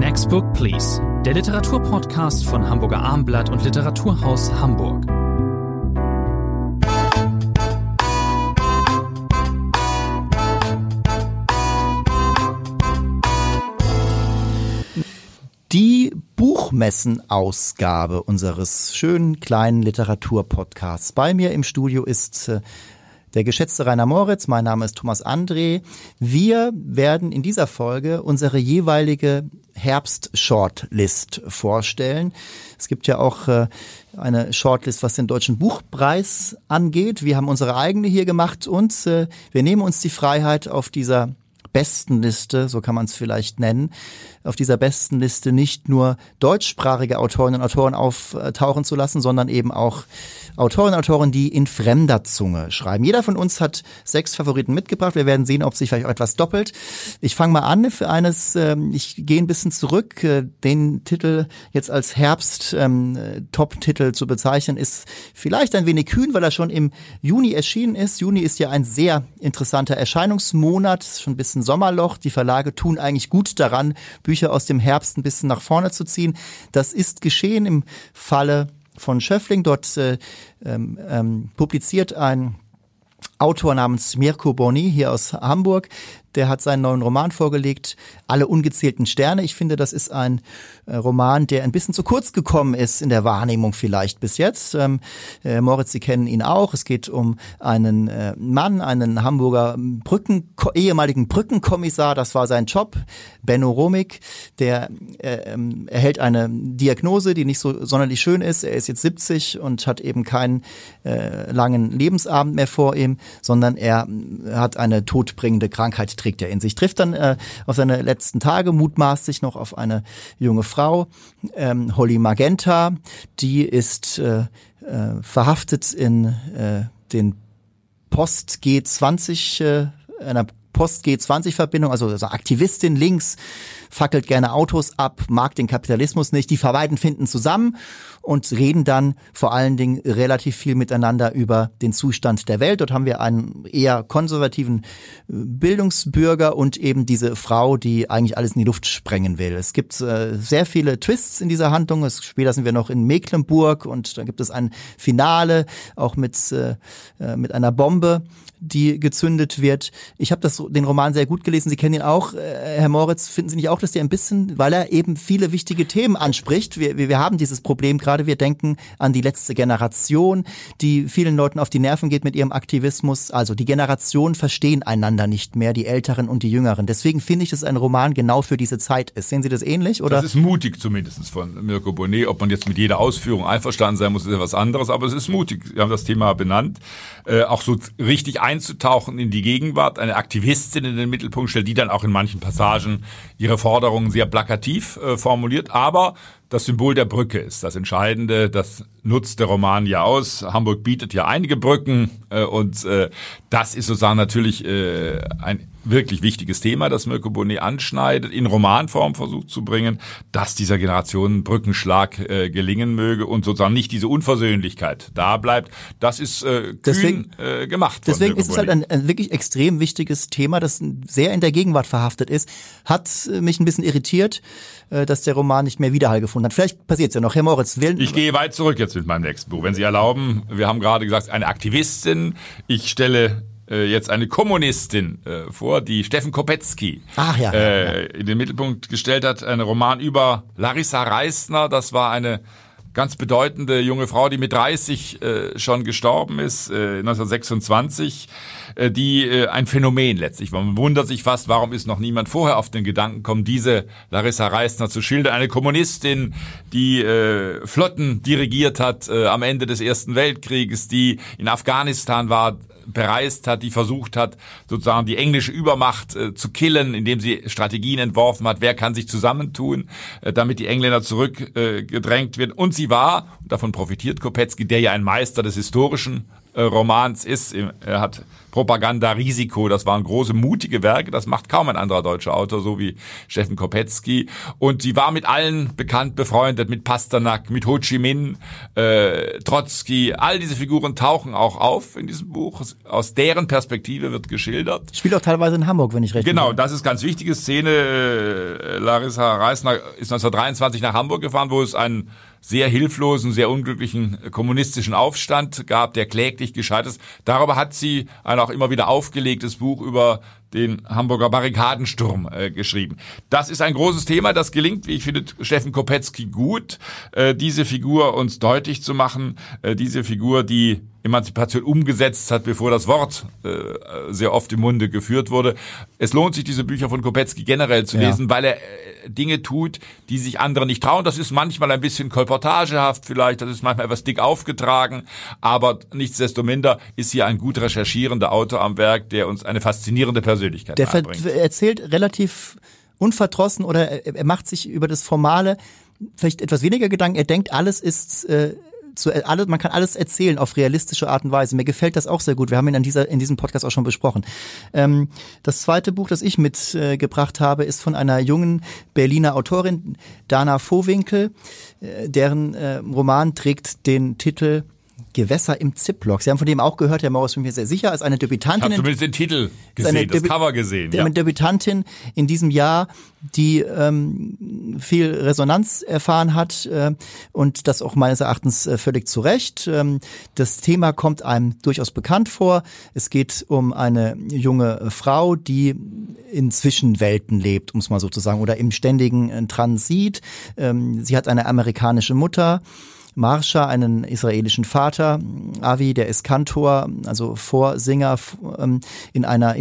Next Book Please, der Literaturpodcast von Hamburger Armblatt und Literaturhaus Hamburg. Die Buchmessen-Ausgabe unseres schönen kleinen Literaturpodcasts. Bei mir im Studio ist der geschätzte Rainer Moritz, mein Name ist Thomas André. Wir werden in dieser Folge unsere jeweilige Herbst-Shortlist vorstellen. Es gibt ja auch eine Shortlist, was den Deutschen Buchpreis angeht. Wir haben unsere eigene hier gemacht und wir nehmen uns die Freiheit, auf dieser Bestenliste, so kann man es vielleicht nennen, auf dieser Bestenliste nicht nur deutschsprachige Autorinnen und Autoren auftauchen zu lassen, sondern eben auch Autorinnen und Autoren, die in fremder Zunge schreiben. Jeder von uns hat 6 Favoriten mitgebracht. Wir werden sehen, ob sich vielleicht auch etwas doppelt. Ich fange mal an für eines, ich gehe ein bisschen zurück. Den Titel jetzt als Herbst-Top-Titel zu bezeichnen, ist vielleicht ein wenig kühn, weil er schon im Juni erschienen ist. Juni ist ja ein sehr interessanter Erscheinungsmonat, schon ein bisschen Sommerloch. Die Verlage tun eigentlich gut daran, Bücher aus dem Herbst ein bisschen nach vorne zu ziehen. Das ist geschehen im Falle von Schöffling. Dort publiziert ein Autor namens Mirko Boni hier aus Hamburg. Der hat seinen neuen Roman vorgelegt, Alle ungezählten Sterne. Ich finde, das ist ein Roman, der ein bisschen zu kurz gekommen ist in der Wahrnehmung vielleicht bis jetzt. Moritz, Sie kennen ihn auch. Es geht um einen Mann, einen Hamburger ehemaligen Brückenkommissar. Das war sein Job, Benno Romig. Der erhält eine Diagnose, die nicht so sonderlich schön ist. Er ist jetzt 70 und hat eben keinen langen Lebensabend mehr vor ihm, sondern er hat eine todbringende Krankheit, trägt er in sich. Trifft dann auf seine letzten Tage mutmaßlich noch auf eine junge Frau, Holly Magenta. Die ist verhaftet in den Post G20, einer Post G20-Verbindung, also Aktivistin links, fackelt gerne Autos ab, mag den Kapitalismus nicht. Die beiden finden zusammen und reden dann vor allen Dingen relativ viel miteinander über den Zustand der Welt. Dort haben wir einen eher konservativen Bildungsbürger und eben diese Frau, die eigentlich alles in die Luft sprengen will. Es gibt sehr viele Twists in dieser Handlung. Später sind wir noch in Mecklenburg und da gibt es ein Finale, auch mit einer Bombe, die gezündet wird. Ich habe den Roman sehr gut gelesen. Sie kennen ihn auch, Herr Moritz. Finden Sie nicht auch, dass der ein bisschen, weil er eben viele wichtige Themen anspricht, wir haben dieses Problem gerade, wir denken an die letzte Generation, die vielen Leuten auf die Nerven geht mit ihrem Aktivismus. Also die Generationen verstehen einander nicht mehr, die Älteren und die Jüngeren. Deswegen finde ich, dass ein Roman genau für diese Zeit ist. Sehen Sie das ähnlich? Oder? Das ist mutig zumindest von Mirko Boni. Ob man jetzt mit jeder Ausführung einverstanden sein muss, ist ja was anderes, aber es ist mutig. Sie haben das Thema benannt. Auch so richtig einzutauchen in die Gegenwart, eine Aktivistin in den Mittelpunkt stellt, die dann auch in manchen Passagen ihre Forderungen sehr plakativ formuliert, aber das Symbol der Brücke ist das Entscheidende. Das nutzt der Roman ja aus. Hamburg bietet ja einige Brücken und das ist sozusagen natürlich ein wirklich wichtiges Thema, das Mirko Boni anschneidet, in Romanform versucht zu bringen, dass dieser Generation Brückenschlag gelingen möge und sozusagen nicht diese Unversöhnlichkeit da bleibt. Das ist kühn gemacht. Deswegen ist es halt ein wirklich extrem wichtiges Thema, das sehr in der Gegenwart verhaftet ist. Hat mich ein bisschen irritiert, dass der Roman nicht mehr Widerhall gefunden hat. Vielleicht passiert es ja noch. Herr Moritz, ich gehe weit zurück jetzt mit meinem nächsten Buch. Wenn Sie erlauben, wir haben gerade gesagt, eine Aktivistin. Ich stelle jetzt eine Kommunistin vor, die Steffen Kopetzky in den Mittelpunkt gestellt hat. Ein Roman über Larissa Reisner. Das war eine ganz bedeutende junge Frau, die mit 30 schon gestorben ist, 1926, die ein Phänomen letztlich war. Man wundert sich fast, warum ist noch niemand vorher auf den Gedanken gekommen, diese Larissa Reisner zu schildern. Eine Kommunistin, die Flotten dirigiert hat am Ende des Ersten Weltkrieges, die in Afghanistan war, bereist hat, die versucht hat, sozusagen die englische Übermacht zu killen, indem sie Strategien entworfen hat, wer kann sich zusammentun, damit die Engländer zurückgedrängt werden. Und sie war, davon profitiert Kopetzky, der ja ein Meister des Historischen Romans ist. Er hat Propaganda, Risiko, das waren große, mutige Werke, das macht kaum ein anderer deutscher Autor, so wie Steffen Kopetzky. Und sie war mit allen bekannt, befreundet, mit Pasternak, mit Ho Chi Minh, Trotzki. All diese Figuren tauchen auch auf in diesem Buch. Aus deren Perspektive wird geschildert. Spielt auch teilweise in Hamburg, wenn ich recht bin. Genau, das ist ganz wichtige Szene. Larissa Reisner ist 1923 nach Hamburg gefahren, wo es einen sehr hilflosen, sehr unglücklichen kommunistischen Aufstand gab, der kläglich gescheitert ist. Darüber hat sie ein auch immer wieder aufgelegtes Buch über den Hamburger Barrikadensturm geschrieben. Das ist ein großes Thema, das gelingt, wie ich finde, Steffen Kopetzky gut, diese Figur uns deutlich zu machen, diese Figur, die Emanzipation umgesetzt hat, bevor das Wort sehr oft im Munde geführt wurde. Es lohnt sich, diese Bücher von Kopetzky generell zu lesen, weil er Dinge tut, die sich andere nicht trauen. Das ist manchmal ein bisschen kolportagehaft vielleicht, das ist manchmal etwas dick aufgetragen, aber nichtsdestominder ist hier ein gut recherchierender Autor am Werk, der uns eine faszinierende Persönlichkeit beibringt. Der erzählt relativ unverdrossen oder er macht sich über das Formale vielleicht etwas weniger Gedanken. Er denkt, alles ist man kann alles erzählen auf realistische Art und Weise. Mir gefällt das auch sehr gut. Wir haben ihn in diesem Podcast auch schon besprochen. Das zweite Buch, das ich mitgebracht habe, ist von einer jungen Berliner Autorin, Dana Vohwinkel. Deren Roman trägt den Titel Gewässer im Ziplock. Sie haben von dem auch gehört, Herr Morris, bin mir sehr sicher, als eine Debütantin. Ich habe zumindest den Titel gesehen, das Cover gesehen. Eine Debütantin in diesem Jahr, die viel Resonanz erfahren hat und das auch meines Erachtens völlig zu Recht. Das Thema kommt einem durchaus bekannt vor. Es geht um eine junge Frau, die in Zwischenwelten lebt, um es mal so zu sagen, oder im ständigen Transit. Sie hat eine amerikanische Mutter, Marsha, einen israelischen Vater, Avi, der ist Kantor, also Vorsinger in einer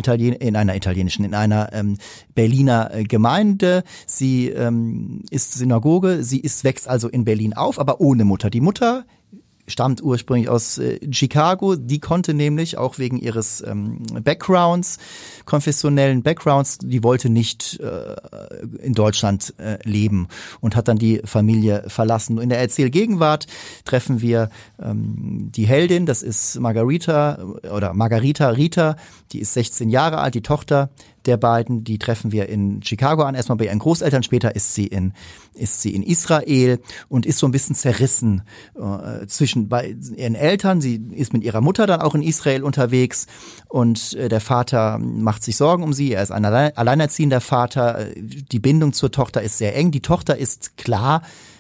Berliner Gemeinde. Sie ist Synagoge, wächst also in Berlin auf, aber ohne Mutter. Die Mutter stammt ursprünglich aus Chicago. Die konnte nämlich auch wegen ihres konfessionellen Backgrounds, die wollte nicht in Deutschland leben und hat dann die Familie verlassen. In der Erzählgegenwart treffen wir die Heldin, das ist Margarita Rita, die ist 16 Jahre alt, die Tochter der beiden, die treffen wir in Chicago an, erstmal bei ihren Großeltern, später ist sie in Israel und ist so ein bisschen zerrissen zwischen bei ihren Eltern. Sie ist mit ihrer Mutter dann auch in Israel unterwegs und der Vater macht sich Sorgen um sie. Er ist ein alleinerziehender Vater. Die Bindung zur Tochter ist sehr eng. Die Tochter ist klar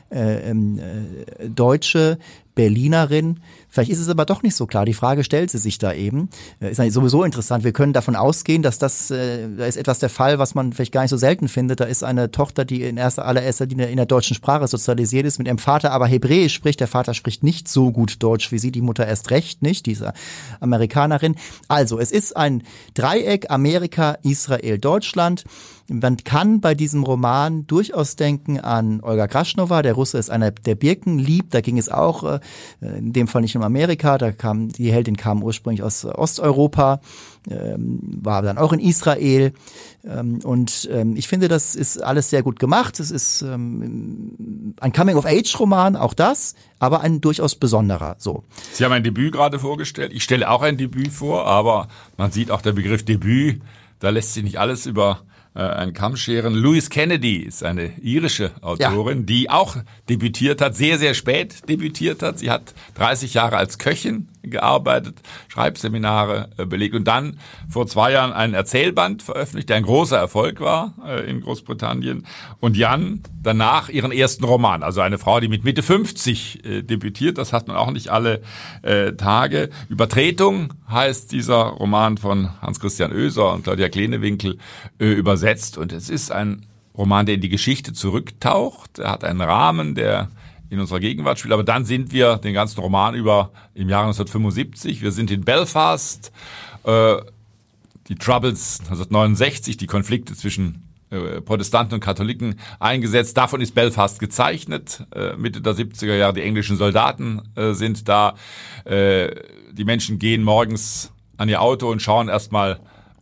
Deutsche, Berlinerin. Vielleicht ist es aber doch nicht so klar. Die Frage stellt sie sich da eben. Ist eigentlich sowieso interessant. Wir können davon ausgehen, dass da ist etwas der Fall, was man vielleicht gar nicht so selten findet. Da ist eine Tochter, die in allererster Linie in der deutschen Sprache sozialisiert ist, mit ihrem Vater aber Hebräisch spricht. Der Vater spricht nicht so gut Deutsch wie sie, die Mutter erst recht nicht, diese Amerikanerin. Also, es ist ein Dreieck Amerika, Israel, Deutschland. Man kann bei diesem Roman durchaus denken an Olga Graschnowa. Der Russe ist einer, der Birken liebt. Da ging es auch, in dem Fall nicht um Amerika. Die Heldin kam ursprünglich aus Osteuropa, war dann auch in Israel. Und ich finde, das ist alles sehr gut gemacht. Es ist ein Coming-of-Age-Roman, auch das, aber ein durchaus besonderer. So. Sie haben ein Debüt gerade vorgestellt. Ich stelle auch ein Debüt vor, aber man sieht auch der Begriff Debüt, da lässt sich nicht alles über einen Kamm scheren. Louise Kennedy ist eine irische Autorin, die auch debütiert hat, sehr, sehr spät debütiert hat. Sie hat 30 Jahre als Köchin gearbeitet, Schreibseminare belegt und dann vor 2 Jahren einen Erzählband veröffentlicht, der ein großer Erfolg war in Großbritannien. Und danach ihren ersten Roman, also eine Frau, die mit Mitte 50 debütiert, das hat man auch nicht alle Tage. Übertretung heißt dieser Roman von Hans-Christian Oeser und Claudia Klenewinkel übersetzt. Und es ist ein Roman, der in die Geschichte zurücktaucht. Er hat einen Rahmen, der in unserer Gegenwart spielt. Aber dann sind wir den ganzen Roman über im Jahre 1975. Wir sind in Belfast. Die Troubles 1969, die Konflikte zwischen Protestanten und Katholiken eingesetzt. Davon ist Belfast gezeichnet. Mitte der 70er Jahre, die englischen Soldaten sind da. Die Menschen gehen morgens an ihr Auto und schauen erstmal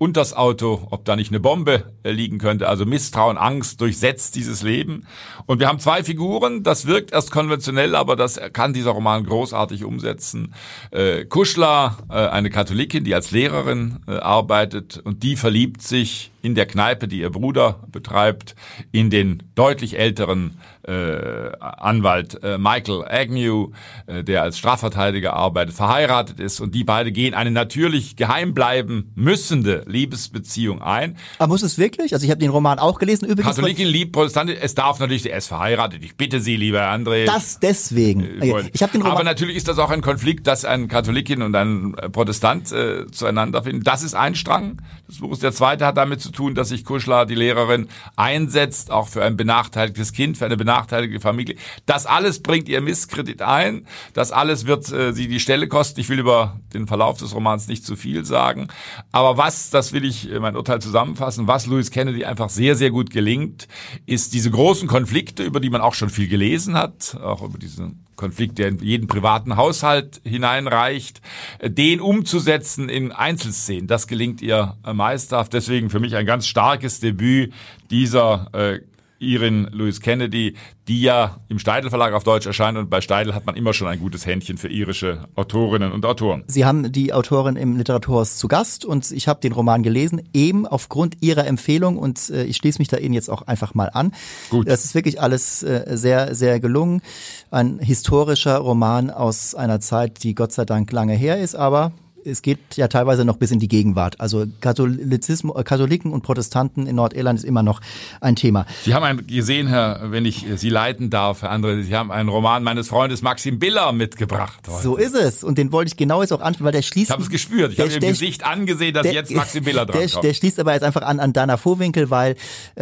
und das Auto, ob da nicht eine Bombe liegen könnte. Also Misstrauen, Angst durchsetzt dieses Leben. Und wir haben 2 Figuren, das wirkt erst konventionell, aber das kann dieser Roman großartig umsetzen. Kuschla, eine Katholikin, die als Lehrerin arbeitet, und die verliebt sich in der Kneipe, die ihr Bruder betreibt, in den deutlich älteren Anwalt Michael Agnew, der als Strafverteidiger arbeitet, verheiratet ist, und die beide gehen eine natürlich geheim bleiben müssende Liebesbeziehung ein. Aber muss es wirklich? Also ich habe den Roman auch gelesen. Übrigens, Katholikin liebt Protestantin, es darf natürlich, er ist verheiratet, ich bitte Sie, lieber André. Das deswegen. Ich hab den Roman. Aber natürlich ist das auch ein Konflikt, dass ein Katholikin und ein Protestant zueinander finden. Das ist ein Strang des Buches. Der zweite hat damit zu tun, dass sich Kuschla, die Lehrerin, einsetzt, auch für ein benachteiligtes Kind, für eine benachteiligte Familie. Das alles bringt ihr Misskredit ein. Das alles wird sie die Stelle kosten. Ich will über den Verlauf des Romans nicht zu viel sagen. Aber das will ich mein Urteil zusammenfassen, was Louis Kennedy einfach sehr, sehr gut gelingt, ist diese großen Konflikte, über die man auch schon viel gelesen hat, auch über diesen Konflikt, der in jeden privaten Haushalt hineinreicht, den umzusetzen in Einzelszenen. Das gelingt ihr meisterhaft. Deswegen für mich ein ganz starkes Debüt dieser Irin Louis Kennedy, die ja im Steidl Verlag auf Deutsch erscheint, und bei Steidl hat man immer schon ein gutes Händchen für irische Autorinnen und Autoren. Sie haben die Autorin im Literaturhaus zu Gast, und ich habe den Roman gelesen, eben aufgrund Ihrer Empfehlung, und ich schließe mich da Ihnen jetzt auch einfach mal an. Gut. Das ist wirklich alles sehr, sehr gelungen. Ein historischer Roman aus einer Zeit, die Gott sei Dank lange her ist, aber es geht ja teilweise noch bis in die Gegenwart. Also Katholiken und Protestanten in Nordirland ist immer noch ein Thema. Sie haben gesehen, Herr, wenn ich Sie leiten darf, Herr André, Sie haben einen Roman meines Freundes Maxim Biller mitgebracht heute. So ist es. Und den wollte ich genau jetzt auch ansprechen, weil der schließt... Ich habe es gespürt. Ich habe im Gesicht angesehen, dass jetzt Maxim Biller dran kommt. Der schließt aber jetzt einfach an Dana Vohwinkel, weil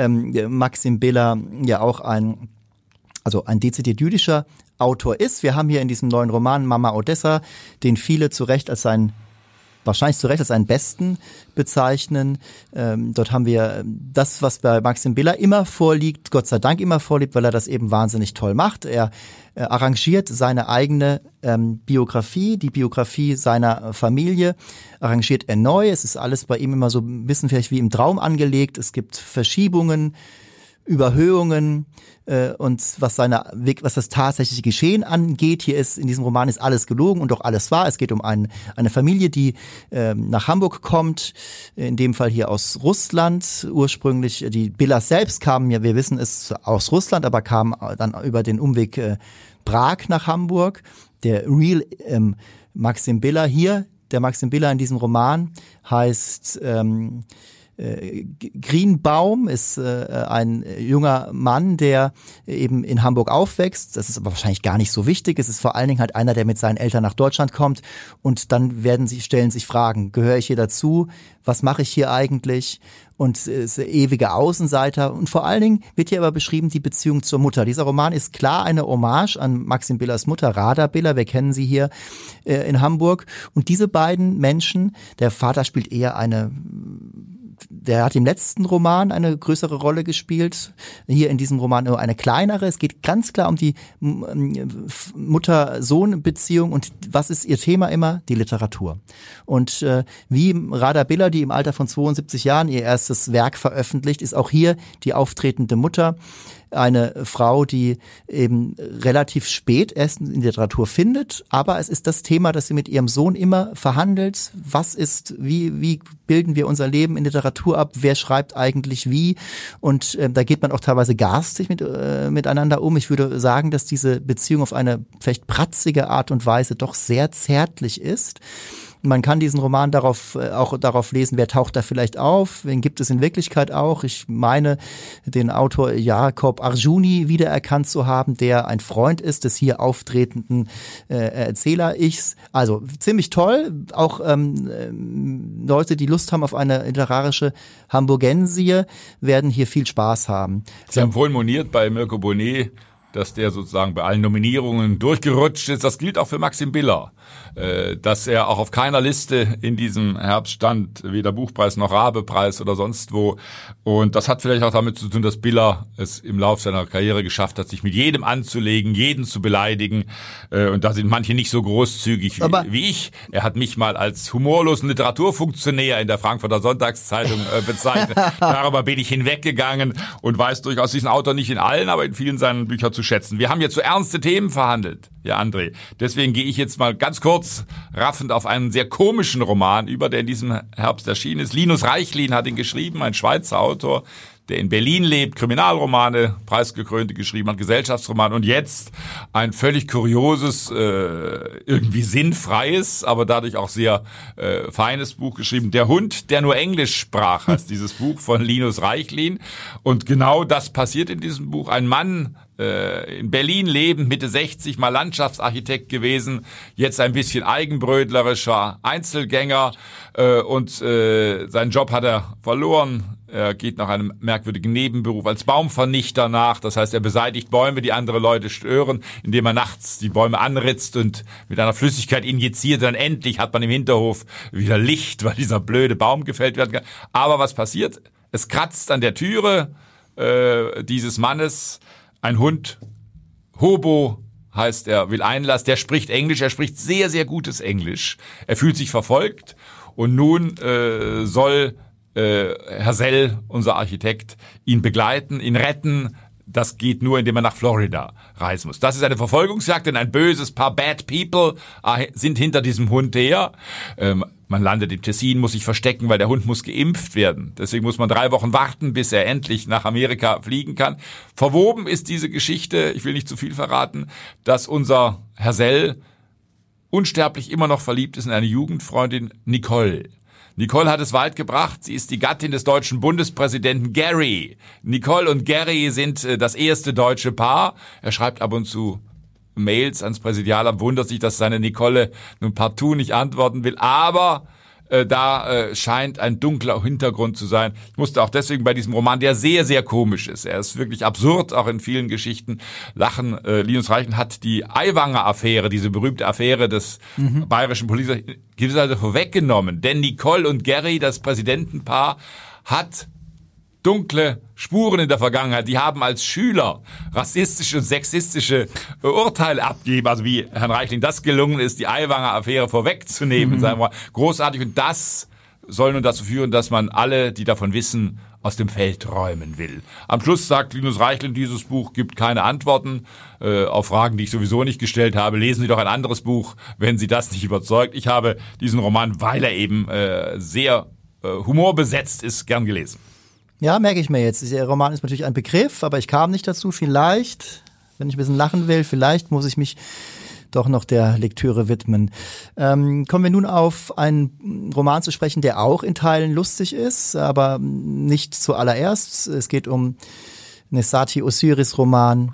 Maxim Biller ja auch ein dezidiert jüdischer Autor ist. Wir haben hier in diesem neuen Roman Mama Odessa, den viele wahrscheinlich zu Recht als einen besten bezeichnen. Dort haben wir das, was bei Maxim Biller immer vorliegt, Gott sei Dank immer vorliegt, weil er das eben wahnsinnig toll macht. Er arrangiert seine eigene Biografie, die Biografie seiner Familie, arrangiert er neu. Es ist alles bei ihm immer so ein bisschen vielleicht wie im Traum angelegt. Es gibt Verschiebungen, Überhöhungen, und was das tatsächliche Geschehen angeht, in diesem Roman ist alles gelogen und doch alles wahr. Es geht um eine Familie, die nach Hamburg kommt, in dem Fall hier aus Russland. Ursprünglich, die Billers selbst kamen ja, wir wissen es, aus Russland, aber kamen dann über den Umweg Prag nach Hamburg. Der Real Maxim Biller hier, der Maxim Biller in diesem Roman heißt Greenbaum, ist ein junger Mann, der eben in Hamburg aufwächst. Das ist aber wahrscheinlich gar nicht so wichtig. Es ist vor allen Dingen halt einer, der mit seinen Eltern nach Deutschland kommt, und dann stellen sich Fragen. Gehöre ich hier dazu? Was mache ich hier eigentlich? Und ist der ewige Außenseiter. Und vor allen Dingen wird hier aber beschrieben die Beziehung zur Mutter. Dieser Roman ist klar eine Hommage an Maxim Billers Mutter, Rada Biller. Wir kennen sie hier in Hamburg. Und diese beiden Menschen, der Vater spielt eher der hat im letzten Roman eine größere Rolle gespielt, hier in diesem Roman nur eine kleinere. Es geht ganz klar um die Mutter-Sohn-Beziehung, und was ist ihr Thema immer? Die Literatur. Und wie Rada Biller, die im Alter von 72 Jahren ihr erstes Werk veröffentlicht, ist auch hier die auftretende Mutter eine Frau, die eben relativ spät erst in der Literatur findet, aber es ist das Thema, das sie mit ihrem Sohn immer verhandelt. Wie bilden wir unser Leben in Literatur ab? Wer schreibt eigentlich wie? Und da geht man auch teilweise garstig miteinander um. Ich würde sagen, dass diese Beziehung auf eine vielleicht pratzige Art und Weise doch sehr zärtlich ist. Man kann diesen Roman auch darauf lesen, wer taucht da vielleicht auf, wen gibt es in Wirklichkeit auch. Ich meine, den Autor Jakob Arjuni wiedererkannt zu haben, der ein Freund ist des hier auftretenden Erzähler-Ichs. Also ziemlich toll. Auch Leute, die Lust haben auf eine literarische Hamburgensie, werden hier viel Spaß haben. Sie haben vorhin moniert bei Mirko Bonet, dass der sozusagen bei allen Nominierungen durchgerutscht ist. Das gilt auch für Maxim Biller, dass er auch auf keiner Liste in diesem Herbst stand, weder Buchpreis noch Rabe-Preis oder sonst wo. Und das hat vielleicht auch damit zu tun, dass Biller es im Laufe seiner Karriere geschafft hat, sich mit jedem anzulegen, jeden zu beleidigen. Und da sind manche nicht so großzügig wie ich. Er hat mich mal als humorlosen Literaturfunktionär in der Frankfurter Sonntagszeitung bezeichnet. Darüber bin ich hinweggegangen und weiß durchaus diesen Autor nicht in allen, aber in vielen seinen Büchern zu schätzen. Wir haben jetzt so ernste Themen verhandelt, ja André. Deswegen gehe ich jetzt mal ganz kurz raffend auf einen sehr komischen Roman über, der in diesem Herbst erschienen ist. Linus Reichlin hat ihn geschrieben, ein Schweizer Autor, der in Berlin lebt, Kriminalromane, preisgekrönte geschrieben hat, Gesellschaftsroman und jetzt ein völlig kurioses, irgendwie sinnfreies, aber dadurch auch sehr feines Buch geschrieben. Der Hund, der nur Englisch sprach, heißt dieses Buch von Linus Reichlin. Und genau das passiert in diesem Buch. Ein Mann, in Berlin lebend, Mitte 60, mal Landschaftsarchitekt gewesen, jetzt ein bisschen eigenbrötlerischer Einzelgänger und seinen Job hat er verloren. Er geht nach einem merkwürdigen Nebenberuf als Baumvernichter nach. Das heißt, er beseitigt Bäume, die andere Leute stören, indem er nachts die Bäume anritzt und mit einer Flüssigkeit injiziert. Dann endlich hat man im Hinterhof wieder Licht, weil dieser blöde Baum gefällt werden kann. Aber was passiert? Es kratzt an der Türe dieses Mannes. Ein Hund, Hobo heißt er, will Einlass, der spricht Englisch, er spricht sehr, sehr gutes Englisch. Er fühlt sich verfolgt und nun soll Herr Sell, unser Architekt, ihn begleiten, ihn retten. Das geht nur, indem er nach Florida reisen muss. Das ist eine Verfolgungsjagd, denn ein böses Paar Bad People sind hinter diesem Hund her. Man landet im Tessin, muss sich verstecken, weil der Hund muss geimpft werden. Deswegen muss man 3 Wochen warten, bis er endlich nach Amerika fliegen kann. Verwoben ist diese Geschichte, ich will nicht zu viel verraten, dass unser Herr Sell unsterblich immer noch verliebt ist in eine Jugendfreundin Nicole. Nicole hat es weit gebracht. Sie ist die Gattin des deutschen Bundespräsidenten Gary. Nicole und Gary sind das erste deutsche Paar. Er schreibt ab und zu Mails ans Präsidialamt, wundert sich, dass seine Nicole nun partout nicht antworten will. Aber da scheint ein dunkler Hintergrund zu sein. Ich musste auch deswegen bei diesem Roman, der sehr, sehr komisch ist, er ist wirklich absurd, auch in vielen Geschichten, lachen. Linus Reichlin hat die Aiwanger-Affäre, diese berühmte Affäre des bayerischen Politikers, gewisserweise vorweggenommen. Denn Nicole und Gary, das Präsidentenpaar, hat dunkle Spuren in der Vergangenheit. Die haben als Schüler rassistische und sexistische Urteile abgegeben. Also wie Herrn Reichlin das gelungen ist, die Aiwanger-Affäre vorwegzunehmen. Großartig. Und das soll nun dazu führen, dass man alle, die davon wissen, aus dem Feld räumen will. Am Schluss sagt Linus Reichlin, dieses Buch gibt keine Antworten auf Fragen, die ich sowieso nicht gestellt habe. Lesen Sie doch ein anderes Buch, wenn Sie das nicht überzeugt. Ich habe diesen Roman, weil er eben sehr humorbesetzt ist, gern gelesen. Ja, merke ich mir jetzt. Der Roman ist natürlich ein Begriff, aber ich kam nicht dazu. Vielleicht, wenn ich ein bisschen lachen will, vielleicht muss ich mich doch noch der Lektüre widmen. Kommen wir nun auf einen Roman zu sprechen, der auch in Teilen lustig ist, aber nicht zuallererst. Es geht um Nesati Osiris Roman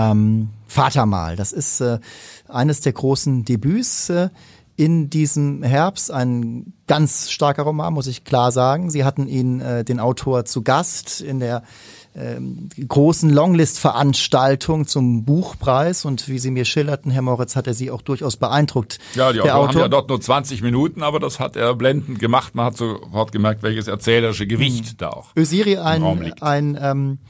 Vatermal. Das ist eines der großen Debüts in diesem Herbst, ein ganz starker Roman, muss ich klar sagen. Sie hatten den Autor zu Gast in der großen Longlist-Veranstaltung zum Buchpreis und wie Sie mir schilderten, Herr Moritz, hat er Sie auch durchaus beeindruckt. Ja, die Autoren haben ja dort nur 20 Minuten, aber das hat er blendend gemacht. Man hat sofort gemerkt, welches erzählerische Gewicht da auch Ösiri im Raum liegt. eine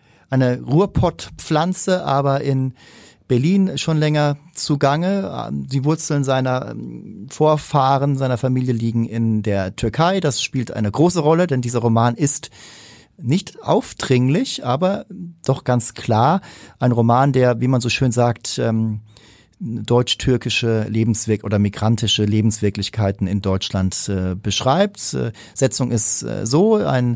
Ruhrpottpflanze, aber in Berlin schon länger zugange. Die Wurzeln seiner Vorfahren, seiner Familie liegen in der Türkei. Das spielt eine große Rolle, denn dieser Roman ist nicht aufdringlich, aber doch ganz klar ein Roman, der, wie man so schön sagt, deutsch-türkische oder migrantische Lebenswirklichkeiten in Deutschland beschreibt. Setzung ist so,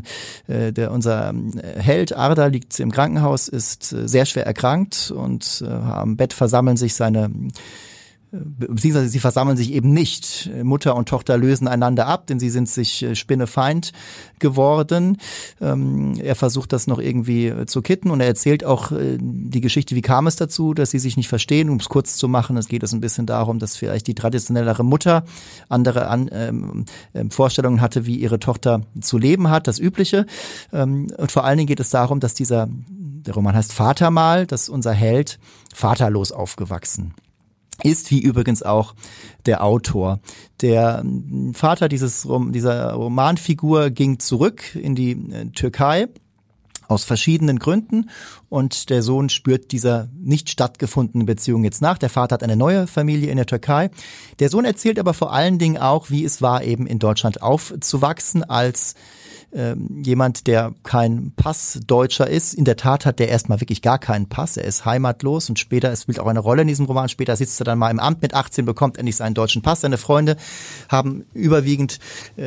unser Held Arda liegt im Krankenhaus, ist sehr schwer erkrankt und am Bett versammeln sich beziehungsweise sie versammeln sich eben nicht. Mutter und Tochter lösen einander ab, denn sie sind sich spinnefeind geworden. Er versucht das noch irgendwie zu kitten und er erzählt auch die Geschichte, wie kam es dazu, dass sie sich nicht verstehen. Um es kurz zu machen, es geht ein bisschen darum, dass vielleicht die traditionellere Mutter andere Vorstellungen hatte, wie ihre Tochter zu leben hat, das Übliche. Und vor allen Dingen geht es darum, dass dieser Der Roman heißt Vatermal, dass unser Held vaterlos aufgewachsen ist, wie übrigens auch der Autor. Der Vater dieser Romanfigur ging zurück in die Türkei aus verschiedenen Gründen und der Sohn spürt dieser nicht stattgefundenen Beziehung jetzt nach. Der Vater hat eine neue Familie in der Türkei. Der Sohn erzählt aber vor allen Dingen auch, wie es war, eben in Deutschland aufzuwachsen als jemand, der kein Passdeutscher ist. In der Tat hat der erstmal wirklich gar keinen Pass. Er ist heimatlos und später, es spielt auch eine Rolle in diesem Roman, später sitzt er dann mal im Amt mit 18, bekommt endlich seinen deutschen Pass. Seine Freunde haben überwiegend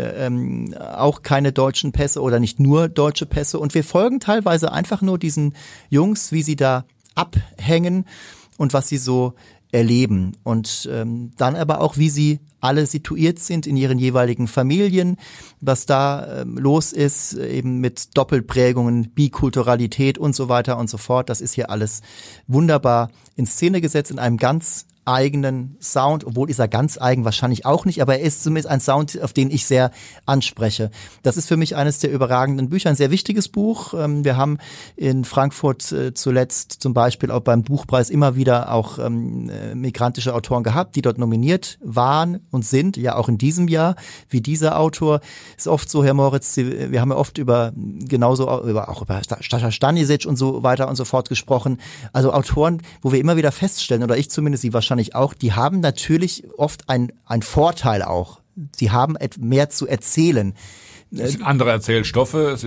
auch keine deutschen Pässe oder nicht nur deutsche Pässe. Und wir folgen teilweise einfach nur diesen Jungs, wie sie da abhängen und was sie so erleben. Und dann aber auch, wie sie alle situiert sind in ihren jeweiligen Familien, was da los ist, eben mit Doppelprägungen, Bikulturalität und so weiter und so fort. Das ist hier alles wunderbar in Szene gesetzt in einem ganz eigenen Sound, obwohl ist er ganz eigen wahrscheinlich auch nicht, aber er ist zumindest ein Sound, auf den ich sehr anspreche. Das ist für mich eines der überragenden Bücher, ein sehr wichtiges Buch. Wir haben in Frankfurt zuletzt zum Beispiel auch beim Buchpreis immer wieder auch migrantische Autoren gehabt, die dort nominiert waren und sind, ja auch in diesem Jahr, wie dieser Autor. Ist oft so, Herr Moritz, wir haben ja oft über Sascha Stanisic und so weiter und so fort gesprochen. Also Autoren, wo wir immer wieder feststellen, oder ich zumindest, sie wahrscheinlich auch, die haben natürlich oft einen Vorteil auch. Sie haben mehr zu erzählen. Es sind andere Erzählstoffe,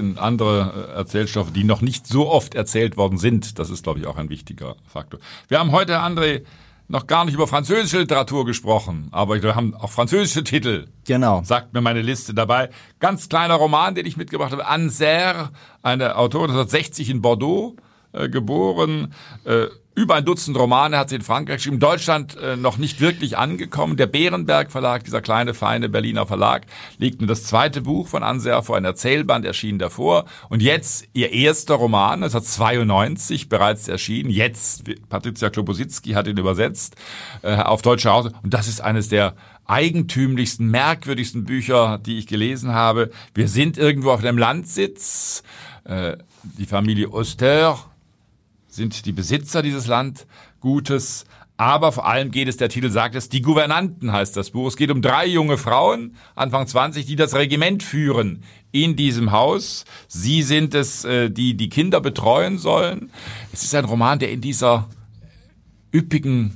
die noch nicht so oft erzählt worden sind. Das ist, glaube ich, auch ein wichtiger Faktor. Wir haben heute, André, noch gar nicht über französische Literatur gesprochen, aber wir haben auch französische Titel. Genau. Sagt mir meine Liste dabei. Ganz kleiner Roman, den ich mitgebracht habe. Anne Serre, eine Autorin, 1960 in Bordeaux geboren. Über ein Dutzend Romane hat sie in Frankreich geschrieben, in Deutschland noch nicht wirklich angekommen. Der Bärenberg Verlag, dieser kleine, feine Berliner Verlag, legt mir das zweite Buch von Anne Serre vor, ein Erzählband erschienen davor. Und jetzt ihr erster Roman, 1992 bereits erschienen. Jetzt, Patricia Klopositzky hat ihn übersetzt auf Deutsch heraus. Und das ist eines der eigentümlichsten, merkwürdigsten Bücher, die ich gelesen habe. Wir sind irgendwo auf einem Landsitz. Die Familie Auster sind die Besitzer dieses Landgutes, aber vor allem geht es, der Titel sagt es, die Gouvernanten heißt das Buch. Es geht um 3 junge Frauen, Anfang 20, die das Regiment führen in diesem Haus. Sie sind es, die die Kinder betreuen sollen. Es ist ein Roman, der in dieser üppigen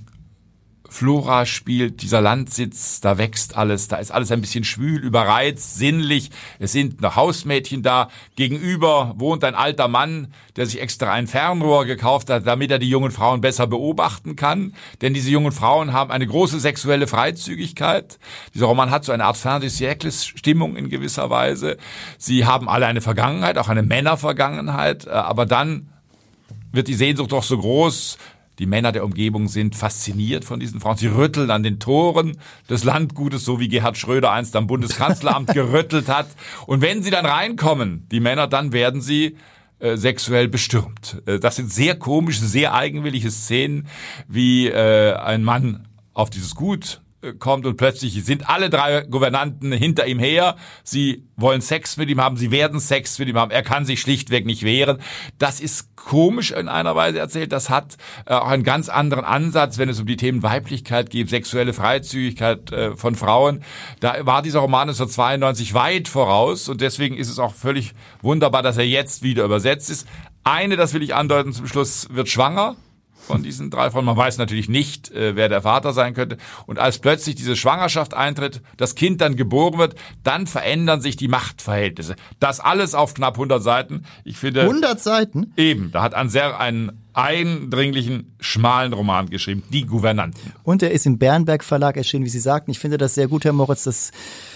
Flora spielt, dieser Landsitz, da wächst alles, da ist alles ein bisschen schwül, überreizt, sinnlich. Es sind noch Hausmädchen da. Gegenüber wohnt ein alter Mann, der sich extra ein Fernrohr gekauft hat, damit er die jungen Frauen besser beobachten kann. Denn diese jungen Frauen haben eine große sexuelle Freizügigkeit. Dieser Roman hat so eine Art Fin de siècle-Stimmung in gewisser Weise. Sie haben alle eine Vergangenheit, auch eine Männervergangenheit, aber dann wird die Sehnsucht doch so groß. Die Männer der Umgebung sind fasziniert von diesen Frauen. Sie rütteln an den Toren des Landgutes, so wie Gerhard Schröder einst am Bundeskanzleramt gerüttelt hat. Und wenn sie dann reinkommen, die Männer, dann werden sie sexuell bestürmt. Das sind sehr komische, sehr eigenwillige Szenen, wie ein Mann auf dieses Gut kommt und plötzlich sind alle 3 Gouvernanten hinter ihm her. Sie wollen Sex mit ihm haben, sie werden Sex mit ihm haben. Er kann sich schlichtweg nicht wehren. Das ist komisch in einer Weise erzählt. Das hat auch einen ganz anderen Ansatz, wenn es um die Themen Weiblichkeit geht, sexuelle Freizügigkeit von Frauen. Da war dieser Roman 1992 weit voraus und deswegen ist es auch völlig wunderbar, dass er jetzt wieder übersetzt ist. Eine, das will ich andeuten zum Schluss, wird schwanger von diesen 3 Frauen. Man weiß natürlich nicht, wer der Vater sein könnte. Und als plötzlich diese Schwangerschaft eintritt, das Kind dann geboren wird, dann verändern sich die Machtverhältnisse. Das alles auf knapp 100 Seiten. Ich finde 100 Seiten? Eben, da hat Anne Serre einen eindringlichen, schmalen Roman geschrieben, Die Gouvernanten. Und er ist im Bärenberg Verlag erschienen, wie Sie sagten. Ich finde das sehr gut, Herr Moritz, dass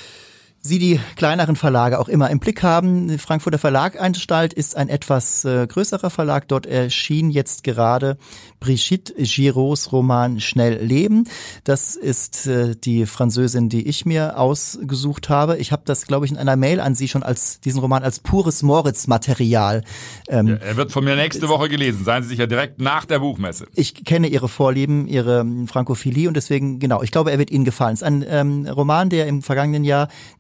Sie die kleineren Verlage auch immer im Blick haben. Die Frankfurter Verlaganstalt ist ein etwas größerer Verlag. Dort erschien jetzt gerade Brigitte Girots Roman Schnell leben. Das ist die Französin, die ich mir ausgesucht habe. Ich habe das, glaube ich, in einer Mail an Sie schon als diesen Roman als pures Moritz-Material. Er wird von mir nächste Woche gelesen. Seien Sie sicher, direkt nach der Buchmesse. Ich kenne Ihre Vorlieben, Ihre Frankophilie und deswegen, genau, ich glaube, er wird Ihnen gefallen. Es ist ein Roman, der im vergangenen Jahr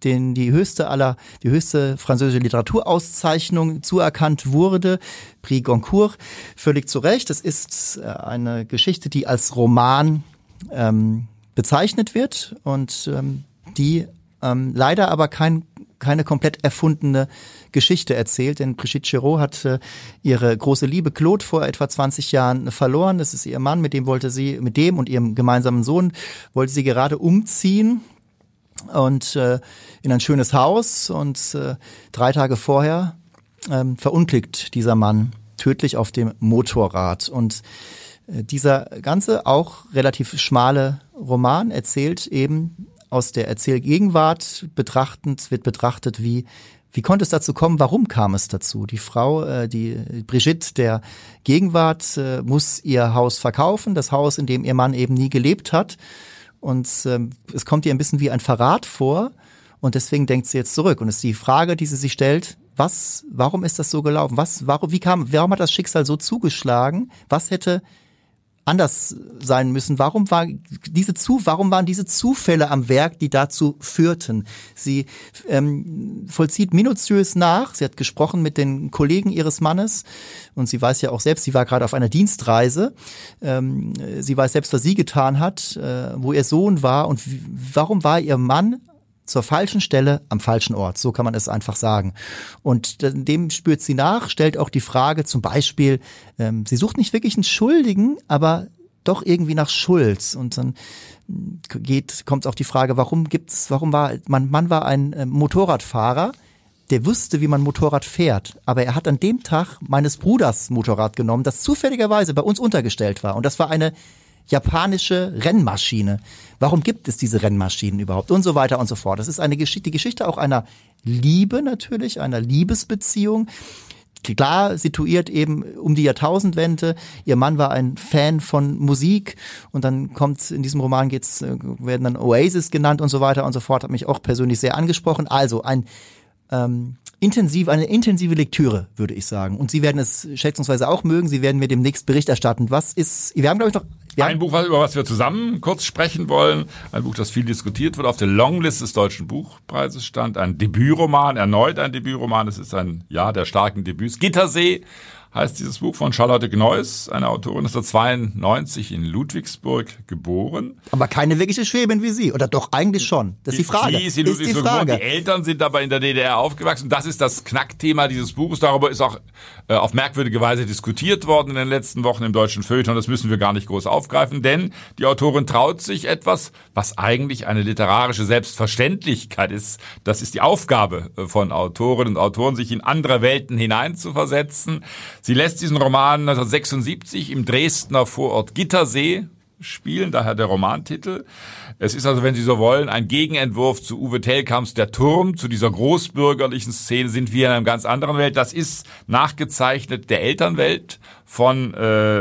die höchste französische Literaturauszeichnung zuerkannt wurde, Prix Goncourt, völlig zu Recht. Es ist eine Geschichte, die als Roman bezeichnet wird und die leider aber keine komplett erfundene Geschichte erzählt, denn Brigitte Giraud hat ihre große Liebe Claude vor etwa 20 Jahren verloren. Das ist ihr Mann, mit dem und ihrem gemeinsamen Sohn wollte sie gerade umziehen und in ein schönes Haus und 3 Tage vorher verunglückt dieser Mann tödlich auf dem Motorrad. Und dieser ganze auch relativ schmale Roman erzählt eben aus der Erzählgegenwart wird betrachtet, wie konnte es dazu kommen, warum kam es dazu? Die Frau, die Brigitte der Gegenwart, muss ihr Haus verkaufen, das Haus, in dem ihr Mann eben nie gelebt hat. Und es kommt ihr ein bisschen wie ein Verrat vor und deswegen denkt sie jetzt zurück. Und es ist die Frage, die sie sich stellt, warum ist das so gelaufen? Warum hat das Schicksal so zugeschlagen? Was hätte anders sein müssen? Warum waren diese Zufälle am Werk, die dazu führten? Sie vollzieht minutiös nach. Sie hat gesprochen mit den Kollegen ihres Mannes und sie weiß ja auch selbst, sie war gerade auf einer Dienstreise. Sie weiß selbst, was sie getan hat, wo ihr Sohn war und warum war ihr Mann zur falschen Stelle am falschen Ort. So kann man es einfach sagen. Und dem spürt sie nach, stellt auch die Frage zum Beispiel, sie sucht nicht wirklich einen Schuldigen, aber doch irgendwie nach Schuld. Und dann kommt auch die Frage, Mann war ein Motorradfahrer, der wusste, wie man Motorrad fährt. Aber er hat an dem Tag meines Bruders Motorrad genommen, das zufälligerweise bei uns untergestellt war. Und das war eine japanische Rennmaschine. Warum gibt es diese Rennmaschinen überhaupt? Und so weiter und so fort. Das ist die Geschichte auch einer Liebe natürlich, einer Liebesbeziehung. Klar situiert eben um die Jahrtausendwende. Ihr Mann war ein Fan von Musik und dann kommt in diesem Roman werden dann Oasis genannt und so weiter und so fort. Hat mich auch persönlich sehr angesprochen. Also eine intensive Lektüre, würde ich sagen. Und Sie werden es schätzungsweise auch mögen. Sie werden mir demnächst Bericht erstatten. Wir haben, glaube ich, noch ein Buch, über was wir zusammen kurz sprechen wollen. Ein Buch, das viel diskutiert wird, auf der Longlist des Deutschen Buchpreises stand. Ein Debütroman, erneut ein Debütroman. Es ist ein Jahr der starken Debüts. Gittersee heißt dieses Buch von Charlotte Gneuss, eine Autorin, ist 1992 in Ludwigsburg geboren. Aber keine wirkliche Schwäbin wie Sie, oder doch eigentlich schon? Das ist die Frage. Sie ist in Ludwigsburg geboren, die Eltern sind aber in der DDR aufgewachsen. Das ist das Knackthema dieses Buches. Darüber ist auch auf merkwürdige Weise diskutiert worden in den letzten Wochen im deutschen Feuilleton. Das müssen wir gar nicht groß aufgreifen, denn die Autorin traut sich etwas, was eigentlich eine literarische Selbstverständlichkeit ist. Das ist die Aufgabe von Autorinnen und Autoren, sich in andere Welten hineinzuversetzen. Sie lässt diesen Roman 1976 im Dresdner Vorort Gittersee spielen, daher der Romantitel. Es ist also, wenn Sie so wollen, ein Gegenentwurf zu Uwe Tellkamps Der Turm, zu dieser großbürgerlichen Szene sind wir in einer ganz anderen Welt. Das ist nachgezeichnet der Elternwelt von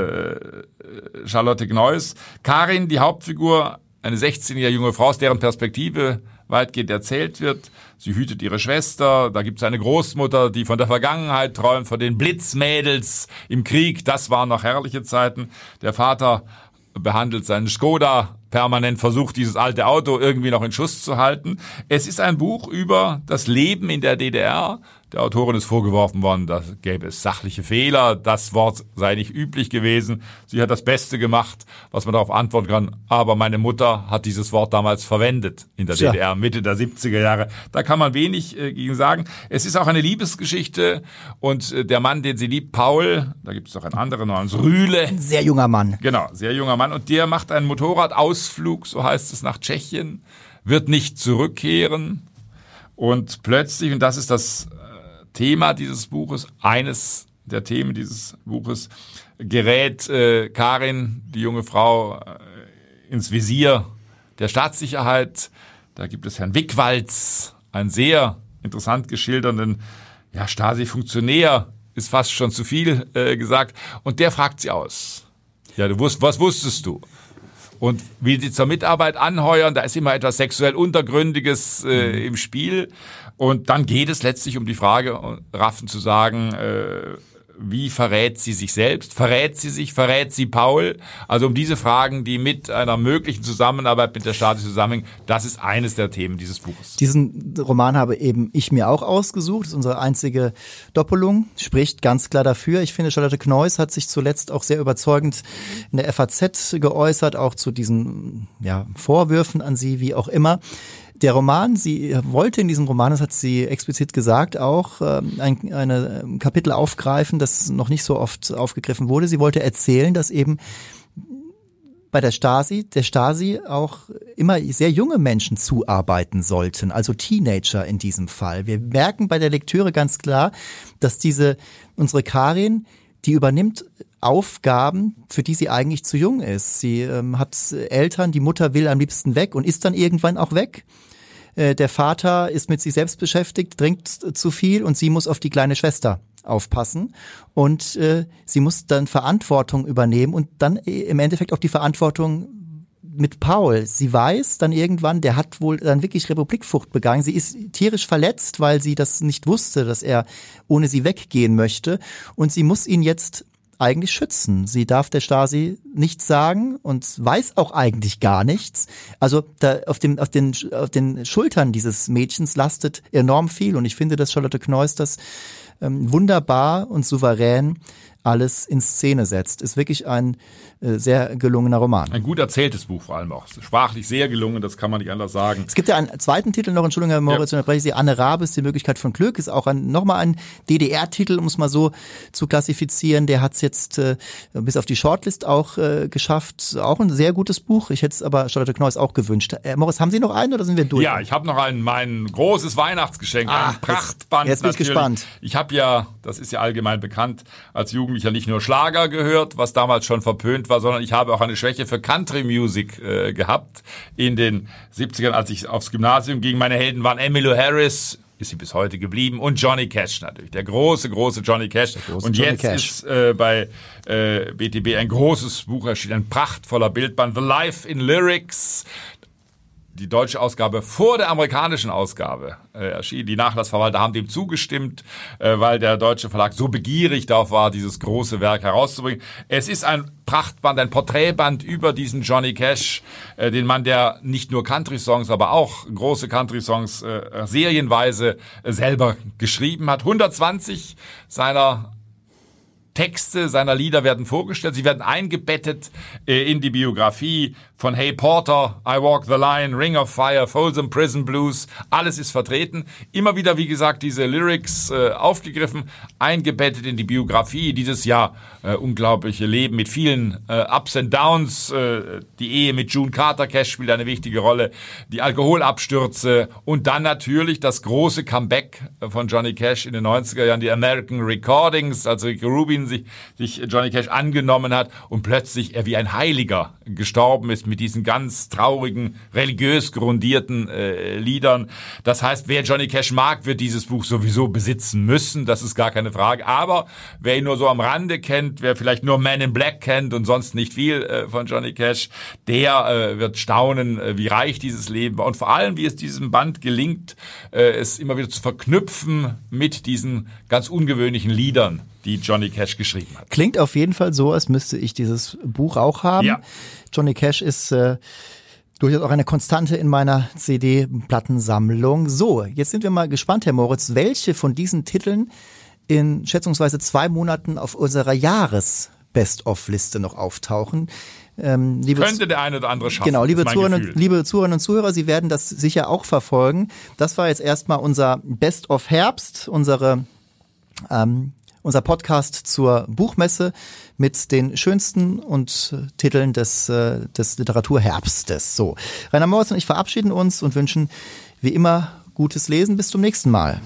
Charlotte Gneuss. Karin, die Hauptfigur, eine 16-jährige junge Frau, aus deren Perspektive weitgehend erzählt wird. Sie hütet ihre Schwester. Da gibt es eine Großmutter, die von der Vergangenheit träumt, von den Blitzmädels im Krieg. Das waren noch herrliche Zeiten. Der Vater behandelt seinen Skoda permanent, versucht dieses alte Auto irgendwie noch in Schuss zu halten. Es ist ein Buch über das Leben in der DDR. Der Autorin ist vorgeworfen worden, da gäbe es sachliche Fehler, das Wort sei nicht üblich gewesen. Sie hat das Beste gemacht, was man darauf antworten kann. Aber meine Mutter hat dieses Wort damals verwendet in der DDR, Mitte der 70er Jahre. Da kann man wenig gegen sagen. Es ist auch eine Liebesgeschichte und der Mann, den sie liebt, Paul, da gibt es noch einen anderen namens Rühle. Ein sehr junger Mann. Genau, sehr junger Mann. Und der macht einen Motorradausflug, so heißt es, nach Tschechien, wird nicht zurückkehren und plötzlich, und das ist das Thema dieses Buches, eines der Themen dieses Buches, gerät Karin, die junge Frau, ins Visier der Staatssicherheit. Da gibt es Herrn Wickwalz, einen sehr interessant geschildernden Stasi-Funktionär, ist fast schon zu viel gesagt. Und der fragt sie aus. Ja, was wusstest du? Und will sie zur Mitarbeit anheuern, da ist immer etwas sexuell Untergründiges im Spiel. Und dann geht es letztlich um die Frage, Raffen zu sagen, wie verrät sie sich selbst? Verrät sie sich? Verrät sie Paul? Also um diese Fragen, die mit einer möglichen Zusammenarbeit mit der Stasi zusammenhängen, das ist eines der Themen dieses Buches. Diesen Roman habe eben ich mir auch ausgesucht. Das ist unsere einzige Doppelung. Spricht ganz klar dafür. Ich finde, Charlotte Kneuss hat sich zuletzt auch sehr überzeugend in der FAZ geäußert, auch zu diesen Vorwürfen an sie, wie auch immer. Der Roman, sie wollte in diesem Roman, das hat sie explizit gesagt, auch ein Kapitel aufgreifen, das noch nicht so oft aufgegriffen wurde. Sie wollte erzählen, dass eben bei der Stasi auch immer sehr junge Menschen zuarbeiten sollten, also Teenager in diesem Fall. Wir merken bei der Lektüre ganz klar, dass unsere Karin, die übernimmt Aufgaben, für die sie eigentlich zu jung ist. Sie hat Eltern, die Mutter will am liebsten weg und ist dann irgendwann auch weg. Der Vater ist mit sich selbst beschäftigt, trinkt zu viel und sie muss auf die kleine Schwester aufpassen und sie muss dann Verantwortung übernehmen und dann im Endeffekt auch die Verantwortung mit Paul. Sie weiß dann irgendwann, der hat wohl dann wirklich Republikflucht begangen. Sie ist tierisch verletzt, weil sie das nicht wusste, dass er ohne sie weggehen möchte und sie muss ihn jetzt eigentlich schützen. Sie darf der Stasi nichts sagen und weiß auch eigentlich gar nichts. Also da auf den Schultern dieses Mädchens lastet enorm viel und ich finde, dass Charlotte Kneuss das wunderbar und souverän alles in Szene setzt. Ist wirklich ein sehr gelungener Roman. Ein gut erzähltes Buch vor allem auch. Sprachlich sehr gelungen, das kann man nicht anders sagen. Es gibt ja einen zweiten Titel noch, Entschuldigung, Herr Moritz, unterbreche Sie, Anne Rabes, die Möglichkeit von Glück, ist auch nochmal ein DDR-Titel, um es mal so zu klassifizieren. Der hat es jetzt bis auf die Shortlist auch geschafft. Auch ein sehr gutes Buch. Ich hätte es aber Charlotte Kneuss auch gewünscht. Moritz, haben Sie noch einen oder sind wir durch? Ja, ich habe noch mein großes Weihnachtsgeschenk, ein Prachtband. Jetzt bin ich gespannt. Ich habe ja, das ist ja allgemein bekannt, als Jugendlicher nicht nur Schlager gehört, was damals schon verpönt war, sondern ich habe auch eine Schwäche für Country Music gehabt in den 70ern, als ich aufs Gymnasium ging. Meine Helden waren Emmylou Harris, ist sie bis heute geblieben, und Johnny Cash natürlich, der große Johnny Cash. Und jetzt ist bei BTB ein großes Buch erschienen, ein prachtvoller Bildband, The Life in Lyrics. Die deutsche Ausgabe vor der amerikanischen Ausgabe erschien. Die Nachlassverwalter haben dem zugestimmt, weil der deutsche Verlag so begierig darauf war, dieses große Werk herauszubringen. Es ist ein Prachtband, ein Porträtband über diesen Johnny Cash, den Mann, der nicht nur Country-Songs, aber auch große Country-Songs serienweise selber geschrieben hat. 120 seiner Texte seiner Lieder werden vorgestellt, sie werden eingebettet in die Biografie von Hey Porter, I Walk the Line, Ring of Fire, Folsom Prison Blues, alles ist vertreten. Immer wieder, wie gesagt, diese Lyrics aufgegriffen, eingebettet in die Biografie, dieses unglaubliche Leben mit vielen Ups and Downs, die Ehe mit June Carter Cash spielt eine wichtige Rolle, die Alkoholabstürze und dann natürlich das große Comeback von Johnny Cash in den 90er Jahren, die American Recordings, als Rick Rubin sich Johnny Cash angenommen hat und plötzlich er wie ein Heiliger gestorben ist mit diesen ganz traurigen, religiös grundierten Liedern. Das heißt, wer Johnny Cash mag, wird dieses Buch sowieso besitzen müssen, das ist gar keine Frage. Aber wer ihn nur so am Rande kennt, wer vielleicht nur Man in Black kennt und sonst nicht viel von Johnny Cash, der wird staunen, wie reich dieses Leben war und vor allem, wie es diesem Band gelingt, es immer wieder zu verknüpfen mit diesen ganz ungewöhnlichen Liedern, die Johnny Cash geschrieben hat. Klingt auf jeden Fall so, als müsste ich dieses Buch auch haben. Ja. Johnny Cash ist durchaus auch eine Konstante in meiner CD-Plattensammlung. So, jetzt sind wir mal gespannt, Herr Moritz, welche von diesen Titeln in schätzungsweise 2 Monaten auf unserer Jahres-Best-of-Liste noch auftauchen. Könnte der eine oder andere schaffen. Genau, liebe Zuhörerinnen und Zuhörer, Sie werden das sicher auch verfolgen. Das war jetzt erstmal unser Best-of-Herbst, unser Podcast zur Buchmesse mit den schönsten und Titeln des Literaturherbstes. So, Rainer Moritz und ich verabschieden uns und wünschen wie immer gutes Lesen. Bis zum nächsten Mal.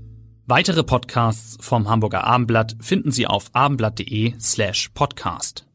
Weitere Podcasts vom Hamburger Abendblatt finden Sie auf abendblatt.de/podcast.